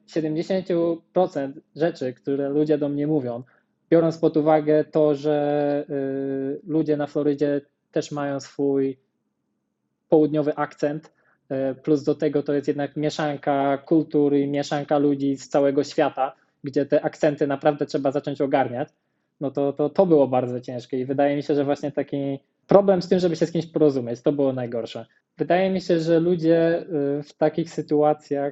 70% rzeczy, które ludzie do mnie mówią, biorąc pod uwagę to, że ludzie na Florydzie też mają swój południowy akcent, plus do tego to jest jednak mieszanka kultur i mieszanka ludzi z całego świata, gdzie te akcenty naprawdę trzeba zacząć ogarniać, no to było bardzo ciężkie i wydaje mi się, że właśnie taki problem z tym, żeby się z kimś porozumieć, to było najgorsze. Wydaje mi się, że ludzie w takich sytuacjach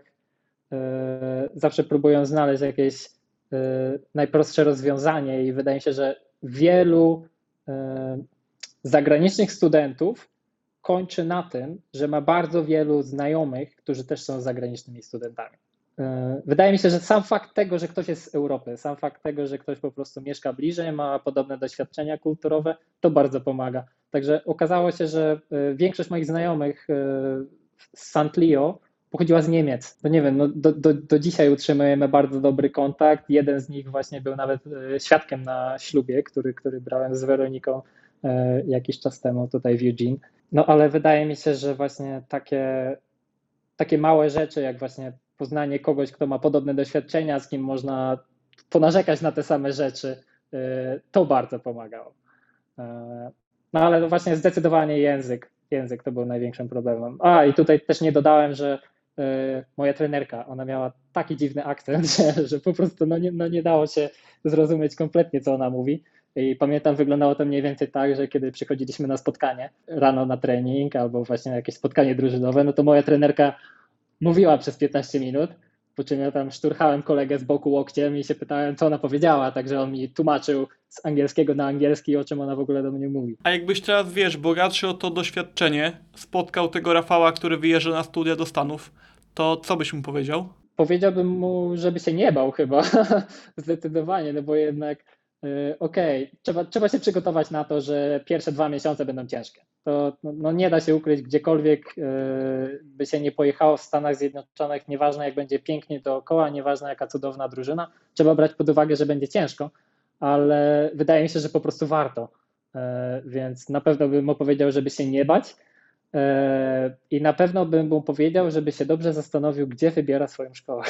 zawsze próbują znaleźć jakieś najprostsze rozwiązanie i wydaje mi się, że wielu zagranicznych studentów kończy na tym, że ma bardzo wielu znajomych, którzy też są zagranicznymi studentami. Wydaje mi się, że sam fakt tego, że ktoś jest z Europy, sam fakt tego, że ktoś po prostu mieszka bliżej, ma podobne doświadczenia kulturowe, to bardzo pomaga. Także okazało się, że większość moich znajomych z St. Leo pochodziła z Niemiec. No nie wiem, no do dzisiaj utrzymujemy bardzo dobry kontakt. Jeden z nich właśnie był nawet świadkiem na ślubie, który brałem z Weroniką jakiś czas temu tutaj w Eugene. No ale wydaje mi się, że właśnie takie małe rzeczy, jak właśnie poznanie kogoś, kto ma podobne doświadczenia, z kim można ponarzekać na te same rzeczy, to bardzo pomagało. No ale właśnie zdecydowanie język to był największym problemem. A i tutaj też nie dodałem, że moja trenerka, ona miała taki dziwny akcent, że po prostu nie dało się zrozumieć kompletnie, co ona mówi. I pamiętam, wyglądało to mniej więcej tak, że kiedy przychodziliśmy na spotkanie rano na trening albo właśnie jakieś spotkanie drużynowe, no to moja trenerka mówiła przez 15 minut, po czym ja tam szturchałem kolegę z boku łokciem i się pytałem, co ona powiedziała, także on mi tłumaczył z angielskiego na angielski, o czym ona w ogóle do mnie mówi. A jakbyś teraz, wiesz, bogatszy o to doświadczenie, spotkał tego Rafała, który wyjeżdża na studia do Stanów, to co byś mu powiedział? Powiedziałbym mu, żeby się nie bał chyba, zdecydowanie, no bo jednak okej, trzeba się przygotować na to, że pierwsze 2 miesiące będą ciężkie. To no nie da się ukryć, gdziekolwiek by się nie pojechało w Stanach Zjednoczonych, nieważne jak będzie pięknie dookoła, nieważne jaka cudowna drużyna, trzeba brać pod uwagę, że będzie ciężko, ale wydaje mi się, że po prostu warto. Więc na pewno bym mu powiedział, żeby się nie bać i na pewno bym mu powiedział, żeby się dobrze zastanowił, gdzie wybiera swoją szkołę.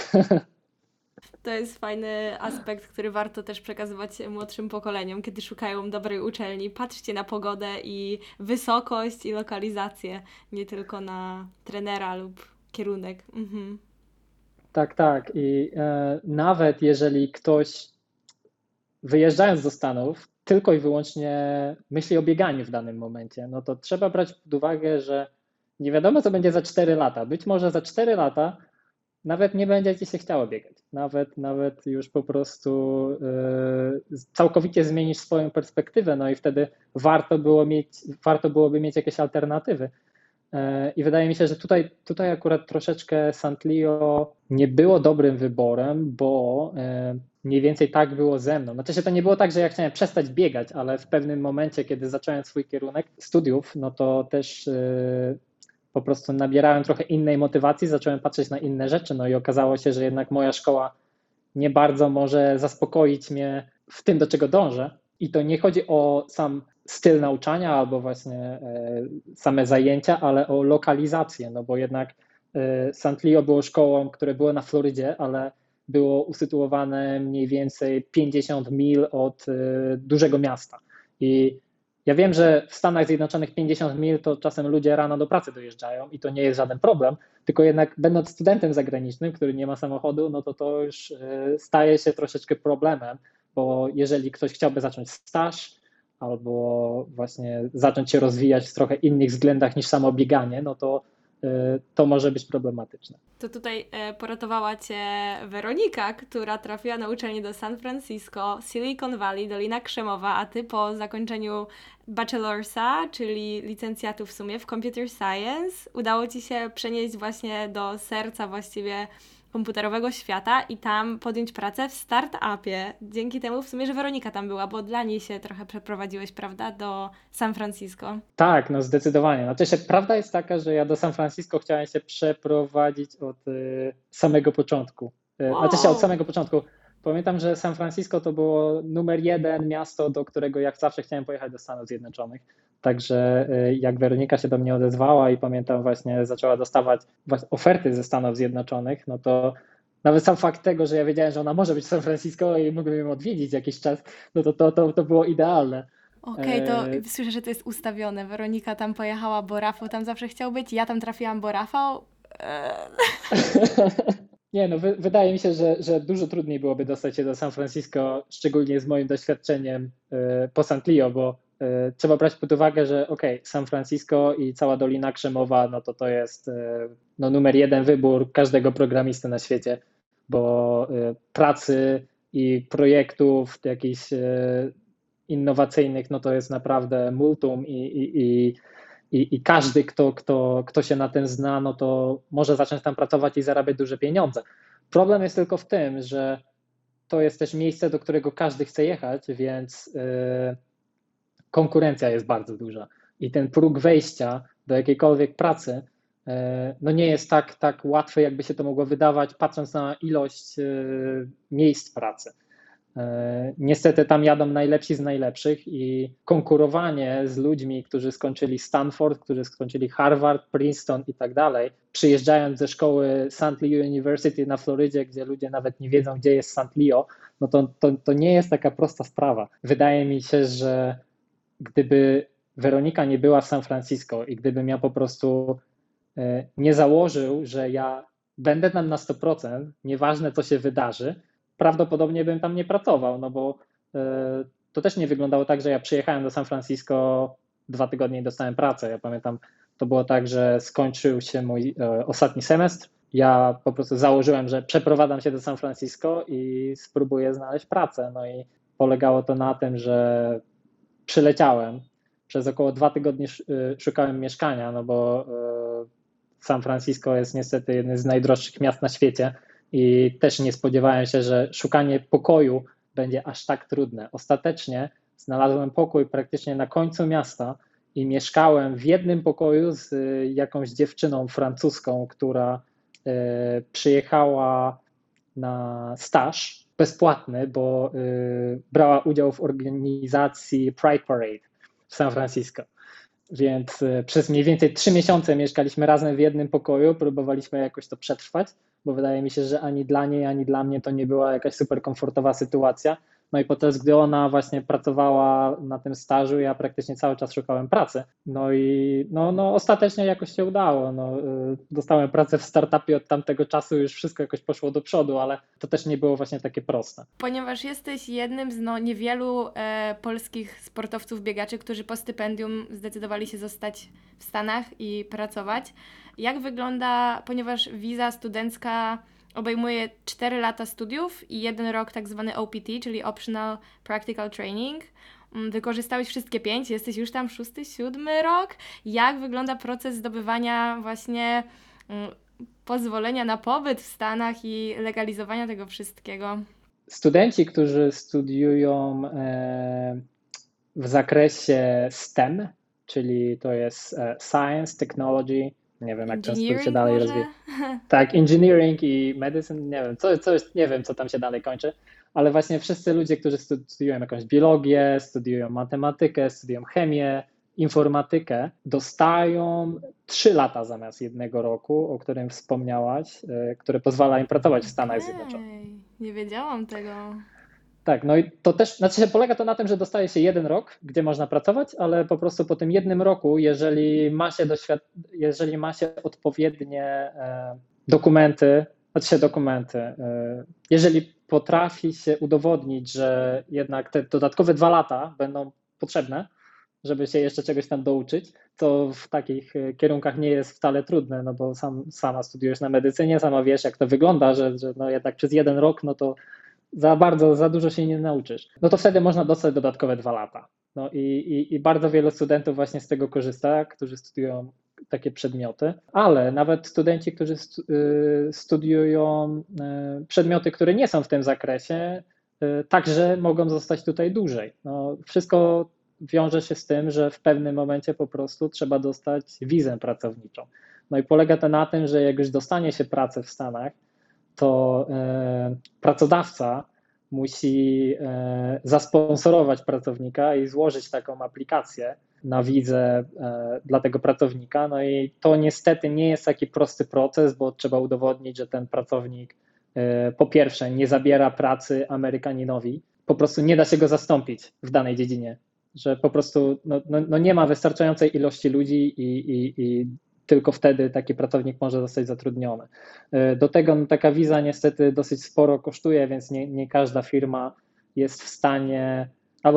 To jest fajny aspekt, który warto też przekazywać młodszym pokoleniom, kiedy szukają dobrej uczelni. Patrzcie na pogodę i wysokość i lokalizację, nie tylko na trenera lub kierunek. Tak. I nawet jeżeli ktoś wyjeżdżając do Stanów tylko i wyłącznie myśli o bieganiu w danym momencie, no to trzeba brać pod uwagę, że nie wiadomo, co będzie za 4 lata. Być może za 4 lata nawet nie będzie ci się chciało biegać. Nawet już po prostu całkowicie zmienisz swoją perspektywę, no i wtedy warto byłoby mieć jakieś alternatywy. I wydaje mi się, że tutaj akurat troszeczkę Santlio nie było dobrym wyborem, bo mniej więcej tak było ze mną. Znaczy się to nie było tak, że ja chciałem przestać biegać, ale w pewnym momencie, kiedy zacząłem swój kierunek studiów, no to też po prostu nabierałem trochę innej motywacji, zacząłem patrzeć na inne rzeczy, no i okazało się, że jednak moja szkoła nie bardzo może zaspokoić mnie w tym, do czego dążę. I to nie chodzi o sam styl nauczania albo właśnie same zajęcia, ale o lokalizację, no bo jednak Santlio było szkołą, które było na Florydzie, ale było usytuowane mniej więcej 50 mil od dużego miasta. I ja wiem, że w Stanach Zjednoczonych 50 mil to czasem ludzie rano do pracy dojeżdżają i to nie jest żaden problem, tylko jednak będąc studentem zagranicznym, który nie ma samochodu, no to już staje się troszeczkę problemem, bo jeżeli ktoś chciałby zacząć staż albo właśnie zacząć się rozwijać w trochę innych względach niż samo bieganie, no to może być problematyczne. To tutaj poratowała Cię Weronika, która trafiła na uczelnię do San Francisco, Silicon Valley, Dolina Krzemowa, a Ty po zakończeniu bachelorsa, czyli licencjatu w sumie w Computer Science, udało Ci się przenieść właśnie do serca właściwie komputerowego świata i tam podjąć pracę w startupie. Dzięki temu w sumie, że Weronika tam była, bo dla niej się trochę przeprowadziłeś, prawda, do San Francisco. Tak, no zdecydowanie. Znaczy się, prawda jest taka, że ja do San Francisco chciałem się przeprowadzić od samego początku. Znaczy się od samego początku. Pamiętam, że San Francisco to było numer 1 miasto, do którego jak zawsze chciałem pojechać do Stanów Zjednoczonych. Także jak Weronika się do mnie odezwała i pamiętam właśnie zaczęła dostawać oferty ze Stanów Zjednoczonych, no to nawet sam fakt tego, że ja wiedziałem, że ona może być w San Francisco i mógłbym ją odwiedzić jakiś czas, no to było idealne. Okej, to słyszę, że to jest ustawione. Weronika tam pojechała, bo Rafał tam zawsze chciał być. Ja tam trafiłam, bo Rafał... Nie, no wydaje mi się, że dużo trudniej byłoby dostać się do San Francisco, szczególnie z moim doświadczeniem po Santlio, bo trzeba brać pod uwagę, że San Francisco i cała Dolina Krzemowa, no to jest no, numer 1 wybór każdego programisty na świecie, bo pracy i projektów jakichś innowacyjnych, no to jest naprawdę multum i każdy, kto się na tym zna, no to może zacząć tam pracować i zarabiać duże pieniądze. Problem jest tylko w tym, że to jest też miejsce, do którego każdy chce jechać, więc konkurencja jest bardzo duża i ten próg wejścia do jakiejkolwiek pracy no nie jest tak łatwy, jakby się to mogło wydawać, patrząc na ilość miejsc pracy. Niestety tam jadą najlepsi z najlepszych i konkurowanie z ludźmi, którzy skończyli Stanford, którzy skończyli Harvard, Princeton i tak dalej, przyjeżdżając ze szkoły Santlio University na Florydzie, gdzie ludzie nawet nie wiedzą, gdzie jest Santlio, no to nie jest taka prosta sprawa. Wydaje mi się, że gdyby Weronika nie była w San Francisco i gdybym ja po prostu nie założył, że ja będę tam na 100%, nieważne co się wydarzy, prawdopodobnie bym tam nie pracował, no bo to też nie wyglądało tak, że ja przyjechałem do San Francisco 2 tygodnie i dostałem pracę. Ja pamiętam, to było tak, że skończył się mój ostatni semestr. Ja po prostu założyłem, że przeprowadzam się do San Francisco i spróbuję znaleźć pracę. No i polegało to na tym, że przyleciałem. Przez około 2 tygodnie szukałem mieszkania, no bo San Francisco jest niestety jednym z najdroższych miast na świecie. I też nie spodziewałem się, że szukanie pokoju będzie aż tak trudne. Ostatecznie znalazłem pokój praktycznie na końcu miasta i mieszkałem w jednym pokoju z jakąś dziewczyną francuską, która przyjechała na staż bezpłatny, bo brała udział w organizacji Pride Parade w San Francisco. Więc przez mniej więcej 3 miesiące mieszkaliśmy razem w jednym pokoju, próbowaliśmy jakoś to przetrwać, bo wydaje mi się, że ani dla niej, ani dla mnie to nie była jakaś super komfortowa sytuacja, No i podczas gdy ona właśnie pracowała na tym stażu, ja praktycznie cały czas szukałem pracy. No i no ostatecznie jakoś się udało. No, dostałem pracę w startupie od tamtego czasu, już wszystko jakoś poszło do przodu, ale to też nie było właśnie takie proste. Ponieważ jesteś jednym z niewielu polskich sportowców biegaczy, którzy po stypendium zdecydowali się zostać w Stanach i pracować. Jak wygląda, ponieważ wiza studencka obejmuje 4 lata studiów i 1 rok tak zwany OPT, czyli Optional Practical Training. Wykorzystałeś wszystkie 5, jesteś już tam 6., 7 rok. Jak wygląda proces zdobywania właśnie pozwolenia na pobyt w Stanach i legalizowania tego wszystkiego? Studenci, którzy studiują w zakresie STEM, czyli to jest Science, Technology, nie wiem jak ten skrót się dalej rozwija. Tak, Engineering i Medicine, nie wiem, nie wiem co tam się dalej kończy, ale właśnie wszyscy ludzie, którzy studiują jakąś biologię, studiują matematykę, studiują chemię, informatykę, dostają 3 lata zamiast 1 roku, o którym wspomniałaś, które pozwala im pracować w Stanach Zjednoczonych. Nie wiedziałam tego. Tak, no i to też, znaczy polega to na tym, że dostaje się 1 rok, gdzie można pracować, ale po prostu po tym 1 roku, jeżeli ma się odpowiednie dokumenty, jeżeli potrafi się udowodnić, że jednak te dodatkowe 2 lata będą potrzebne, żeby się jeszcze czegoś tam douczyć, to w takich kierunkach nie jest wcale trudne, no bo sama studiujesz na medycynie, sama wiesz jak to wygląda, że no jednak przez 1 rok, no to za dużo się nie nauczysz. No to wtedy można dostać dodatkowe 2 lata. No i bardzo wielu studentów właśnie z tego korzysta, którzy studiują takie przedmioty, ale nawet studenci, którzy studiują przedmioty, które nie są w tym zakresie, także mogą zostać tutaj dłużej. No, wszystko wiąże się z tym, że w pewnym momencie po prostu trzeba dostać wizę pracowniczą. No i polega to na tym, że jak już dostanie się pracę w Stanach, to pracodawca musi zasponsorować pracownika i złożyć taką aplikację na wizę dla tego pracownika. No i to niestety nie jest taki prosty proces, bo trzeba udowodnić, że ten pracownik po pierwsze nie zabiera pracy Amerykaninowi, po prostu nie da się go zastąpić w danej dziedzinie, że po prostu no nie ma wystarczającej ilości ludzi i tylko wtedy taki pracownik może zostać zatrudniony. Do tego taka wiza niestety dosyć sporo kosztuje, więc nie każda firma jest w stanie,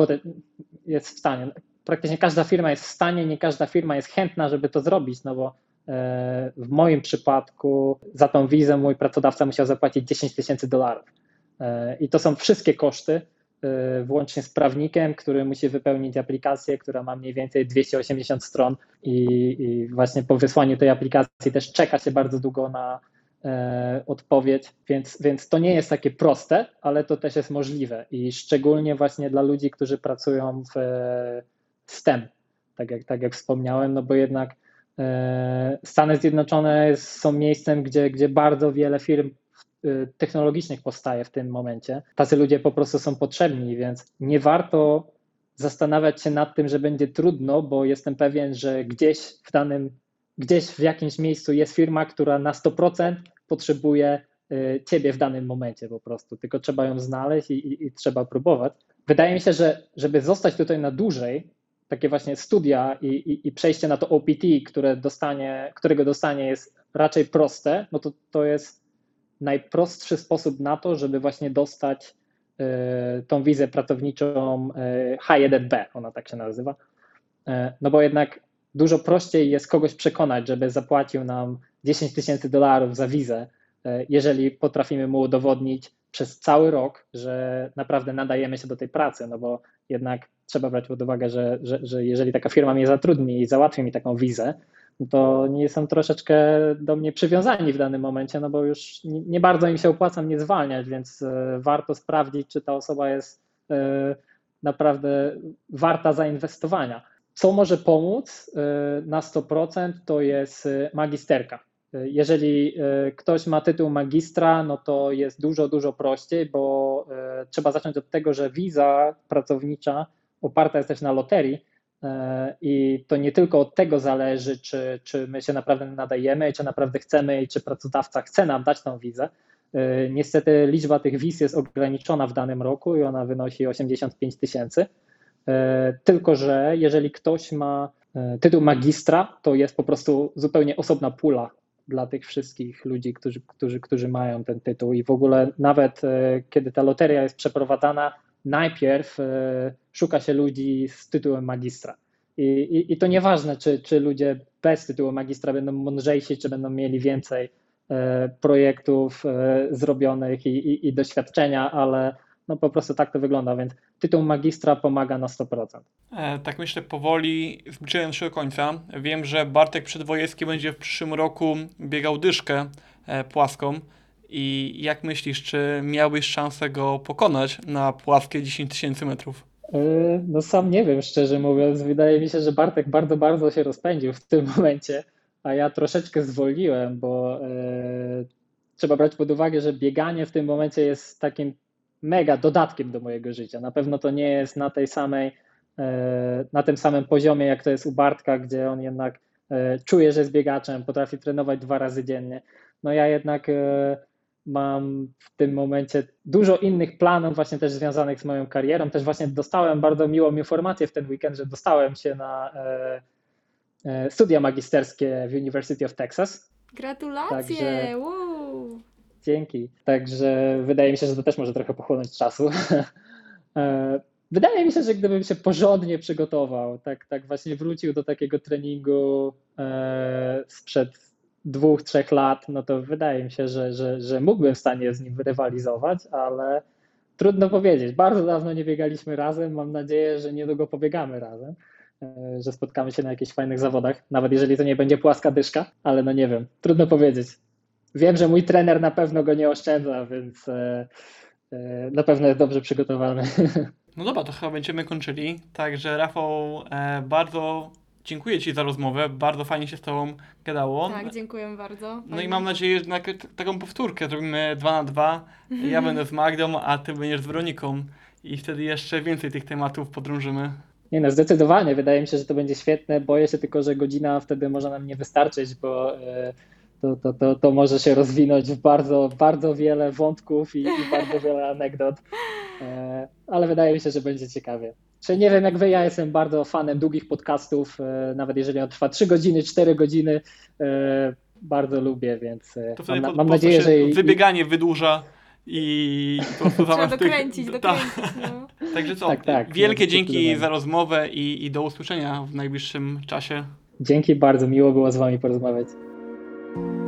praktycznie każda firma jest w stanie, nie każda firma jest chętna, żeby to zrobić, no bo w moim przypadku za tą wizę mój pracodawca musiał zapłacić $10,000 i to są wszystkie koszty, włącznie z prawnikiem, który musi wypełnić aplikację, która ma mniej więcej 280 stron i właśnie po wysłaniu tej aplikacji też czeka się bardzo długo na odpowiedź, więc to nie jest takie proste, ale to też jest możliwe i szczególnie właśnie dla ludzi, którzy pracują w STEM, tak jak wspomniałem, no bo jednak Stany Zjednoczone są miejscem, gdzie bardzo wiele firm technologicznych powstaje w tym momencie. Tacy ludzie po prostu są potrzebni, więc nie warto zastanawiać się nad tym, że będzie trudno, bo jestem pewien, że gdzieś w jakimś miejscu jest firma, która na 100% potrzebuje ciebie w danym momencie po prostu, tylko trzeba ją znaleźć i trzeba próbować. Wydaje mi się, że żeby zostać tutaj na dłużej, takie właśnie studia i przejście na to OPT, którego dostanie jest raczej proste, no to jest najprostszy sposób na to, żeby właśnie dostać tą wizę pracowniczą H1B, ona tak się nazywa, no bo jednak dużo prościej jest kogoś przekonać, żeby zapłacił nam $10,000 za wizę, jeżeli potrafimy mu udowodnić przez cały rok, że naprawdę nadajemy się do tej pracy, no bo jednak trzeba brać pod uwagę, że jeżeli taka firma mnie zatrudni i załatwi mi taką wizę, to nie są troszeczkę do mnie przywiązani w danym momencie, no bo już nie bardzo im się opłaca mnie zwalniać, więc warto sprawdzić, czy ta osoba jest naprawdę warta zainwestowania. Co może pomóc na 100%, to jest magisterka. Jeżeli ktoś ma tytuł magistra, no to jest dużo prościej, bo trzeba zacząć od tego, że wiza pracownicza oparta jest też na loterii i to nie tylko od tego zależy, czy my się naprawdę nadajemy, czy naprawdę chcemy i czy pracodawca chce nam dać tą wizę, Niestety liczba tych wiz jest ograniczona w danym roku i ona wynosi 85 000. Tylko że jeżeli ktoś ma tytuł magistra, to jest po prostu zupełnie osobna pula dla tych wszystkich ludzi, którzy mają ten tytuł i w ogóle nawet kiedy ta loteria jest przeprowadzana, najpierw szuka się ludzi z tytułem magistra. I to nieważne, czy ludzie bez tytułu magistra będą mądrzejsi, czy będą mieli więcej projektów zrobionych i doświadczenia, ale no po prostu tak to wygląda, więc tytuł magistra pomaga na 100%. Tak myślę powoli, zbliżając się do końca. Wiem, że Bartek Przedwojewski będzie w przyszłym roku biegał dyszkę płaską. I jak myślisz, czy miałbyś szansę go pokonać na płaskie 10 000 metrów? No sam nie wiem, szczerze mówiąc. Wydaje mi się, że Bartek bardzo, bardzo się rozpędził w tym momencie, a ja troszeczkę zwolniłem, bo trzeba brać pod uwagę, że bieganie w tym momencie jest takim mega dodatkiem do mojego życia. Na pewno to nie jest na tym samym poziomie, jak to jest u Bartka, gdzie on jednak czuje, że jest biegaczem, potrafi trenować 2 razy dziennie. No ja jednak mam w tym momencie dużo innych planów właśnie też związanych z moją karierą. Też właśnie dostałem bardzo miłą informację w ten weekend, że dostałem się na studia magisterskie w University of Texas. Gratulacje! Także- Wow. Dzięki. Także wydaje mi się, że to też może trochę pochłonąć czasu. Wydaje mi się, że gdybym się porządnie przygotował, tak właśnie wrócił do takiego treningu sprzed 2-3 lat, no to wydaje mi się, że mógłbym w stanie z nim rywalizować, ale trudno powiedzieć. Bardzo dawno nie biegaliśmy razem. Mam nadzieję, że niedługo pobiegamy razem, że spotkamy się na jakichś fajnych zawodach, nawet jeżeli to nie będzie płaska dyszka, ale no nie wiem, trudno powiedzieć. Wiem, że mój trener na pewno go nie oszczędza, więc na pewno jest dobrze przygotowany. No dobra, to chyba będziemy kończyli. Także Rafał, bardzo dziękuję Ci za rozmowę. Bardzo fajnie się z Tobą gadało. Tak, dziękuję bardzo. No i mam nadzieję, że taką powtórkę zrobimy 2 na 2. Ja będę z Magdą, a Ty będziesz z Weroniką. I wtedy jeszcze więcej tych tematów podrążymy. Nie no, zdecydowanie. Wydaje mi się, że to będzie świetne. Boję się tylko, że godzina wtedy może nam nie wystarczyć, bo to może się rozwinąć w bardzo, bardzo wiele wątków i bardzo wiele anegdot. Ale wydaje mi się, że będzie ciekawie. Czy nie wiem jak wy, ja jestem bardzo fanem długich podcastów, nawet jeżeli on trwa 3 godziny, 4 godziny, bardzo lubię, więc To wtedy mam nadzieję, że... wybieganie wydłuża i po prostu Trzeba zamiast dokręcić, Tak. no. Także co, Tak, wielkie no, dzięki zdecydowanie. za rozmowę i do usłyszenia w najbliższym czasie. Dzięki bardzo, miło było z wami porozmawiać.